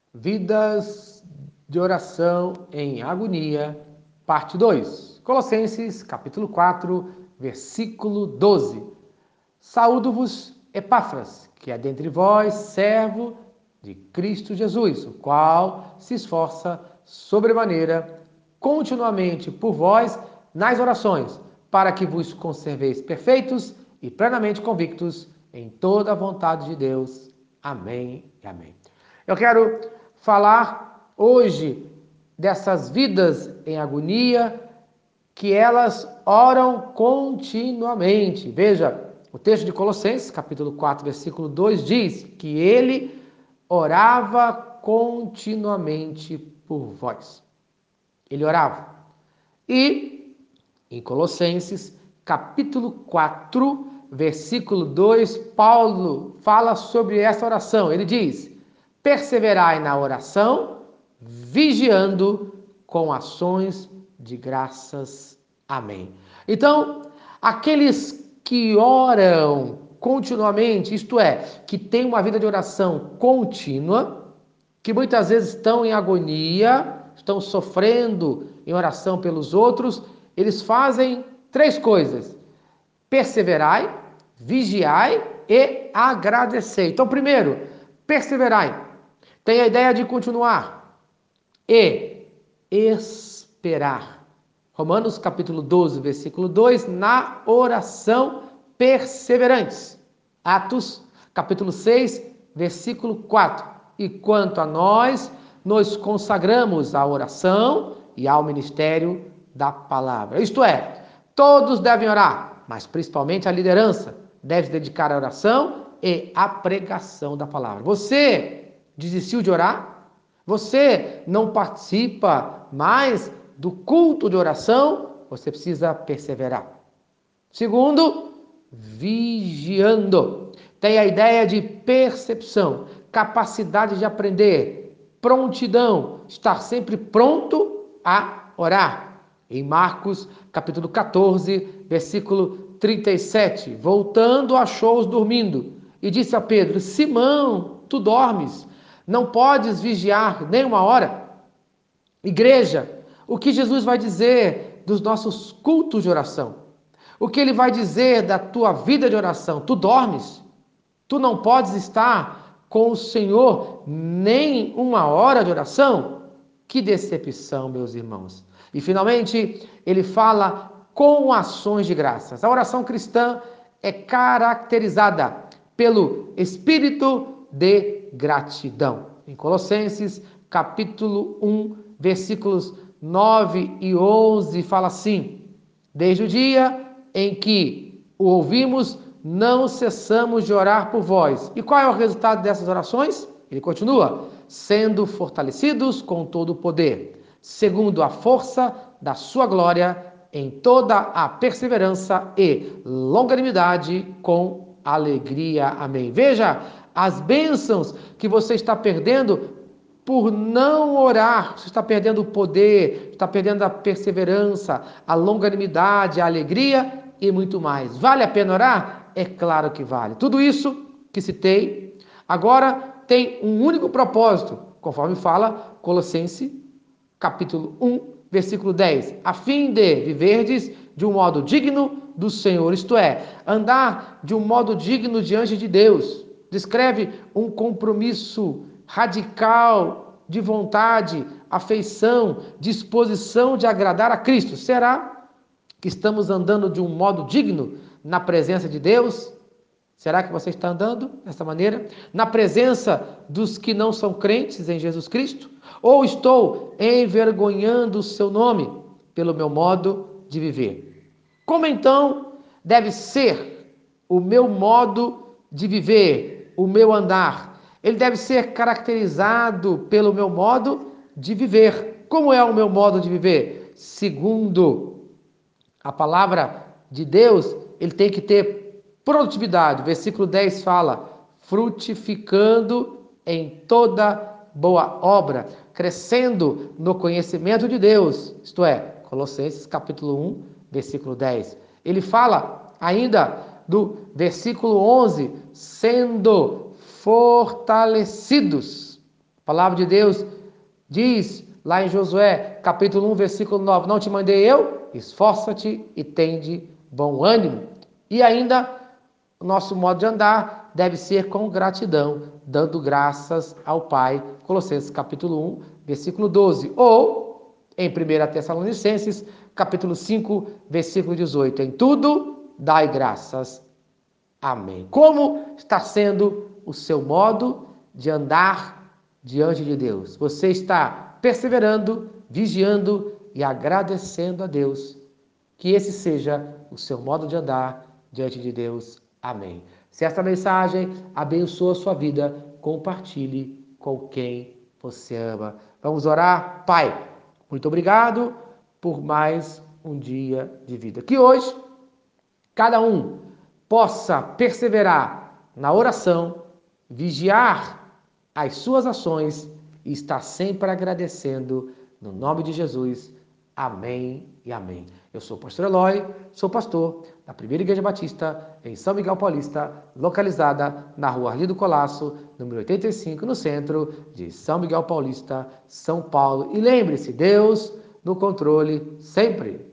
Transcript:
Vidas de oração em agonia, parte 2. Colossenses, capítulo 4, versículo 12. Saúdo-vos, Epáfras, que é dentre vós servo de Cristo Jesus, o qual se esforça sobremaneira continuamente por vós nas orações, para que vos conserveis perfeitos e plenamente convictos em toda a vontade de Deus. Amém e amém. Eu quero falar hoje dessas vidas em agonia, que elas oram continuamente. Veja, o texto de Colossenses, capítulo 4, versículo 2, diz que ele orava continuamente por vós. Ele orava. E em Colossenses, capítulo 4, versículo 2, Paulo fala sobre essa oração. Ele diz: perseverai na oração, vigiando com ações de graças. Amém. Então, aqueles que oram continuamente, isto é, que têm uma vida de oração contínua, que muitas vezes estão em agonia, estão sofrendo em oração pelos outros, eles fazem três coisas: perseverai, vigiai e agradecer. Então, primeiro, perseverai. Tem a ideia de continuar e esperar. Romanos capítulo 12, versículo 2, na oração perseverantes. Atos capítulo 6, versículo 4. E quanto a nós, nos consagramos à oração e ao ministério da palavra. Isto é, todos devem orar, mas principalmente a liderança deve se dedicar à oração e à pregação da palavra. Você desistiu de orar? Você não participa mais do culto de oração? Você precisa perseverar. Segundo, vigiando. Tem a ideia de percepção, capacidade de aprender, prontidão, estar sempre pronto a orar. Em Marcos, capítulo 14, versículo 37, voltando, achou-os dormindo e disse a Pedro: Simão, tu dormes? Não podes vigiar nem uma hora? Igreja, o que Jesus vai dizer dos nossos cultos de oração? O que ele vai dizer da tua vida de oração? Tu dormes? Tu não podes estar com o Senhor nem uma hora de oração? Que decepção, meus irmãos. E finalmente, ele fala com ações de graças. A oração cristã é caracterizada pelo espírito de gratidão. Em Colossenses, capítulo 1, versículos 9 e 11, fala assim: desde o dia em que o ouvimos, não cessamos de orar por vós. E qual é o resultado dessas orações? Ele continua: sendo fortalecidos com todo o poder, segundo a força da sua glória, em toda a perseverança e longanimidade com alegria. Amém. Veja as bênçãos que você está perdendo por não orar. Você está perdendo o poder, está perdendo a perseverança, a longanimidade, a alegria e muito mais. Vale a pena orar? É claro que vale. Tudo isso que citei agora tem um único propósito, conforme fala Colossenses, capítulo 1, versículo 10, a fim de viverdes de um modo digno do Senhor, isto é, andar de um modo digno diante de Deus. Descreve um compromisso radical de vontade, afeição, disposição de agradar a Cristo. Será que estamos andando de um modo digno na presença de Deus? Será que você está andando dessa maneira? Na presença dos que não são crentes em Jesus Cristo? Ou estou envergonhando o seu nome pelo meu modo de viver? Como então deve ser o meu modo de viver, o meu andar? Ele deve ser caracterizado pelo meu modo de viver. Como é o meu modo de viver? Segundo a palavra de Deus, ele tem que ter produtividade. Versículo 10 fala: frutificando em toda boa obra, crescendo no conhecimento de Deus. Isto é, Colossenses capítulo 1, versículo 10. Ele fala ainda do versículo 11, sendo fortalecidos. A palavra de Deus diz lá em Josué, capítulo 1, versículo 9, não te mandei eu? Esforça-te e tende bom ânimo. E ainda, o nosso modo de andar deve ser com gratidão, dando graças ao Pai. Colossenses capítulo 1, versículo 12. Ou, em 1 Tessalonicenses, capítulo 5, versículo 18. Em tudo, dai graças. Amém. Como está sendo o seu modo de andar diante de Deus? Você está perseverando, vigiando e agradecendo a Deus. Que esse seja o seu modo de andar diante de Deus. Amém. Se esta mensagem abençoa a sua vida, compartilhe com quem você ama. Vamos orar? Pai, muito obrigado por mais um dia de vida. Que hoje, cada um possa perseverar na oração, vigiar as suas ações e estar sempre agradecendo no nome de Jesus. Amém e amém. Eu sou o pastor Eloy, sou pastor da Primeira Igreja Batista em São Miguel Paulista, localizada na rua Arlindo Colasso, número 85, no centro de São Miguel Paulista, São Paulo. E lembre-se, Deus no controle sempre.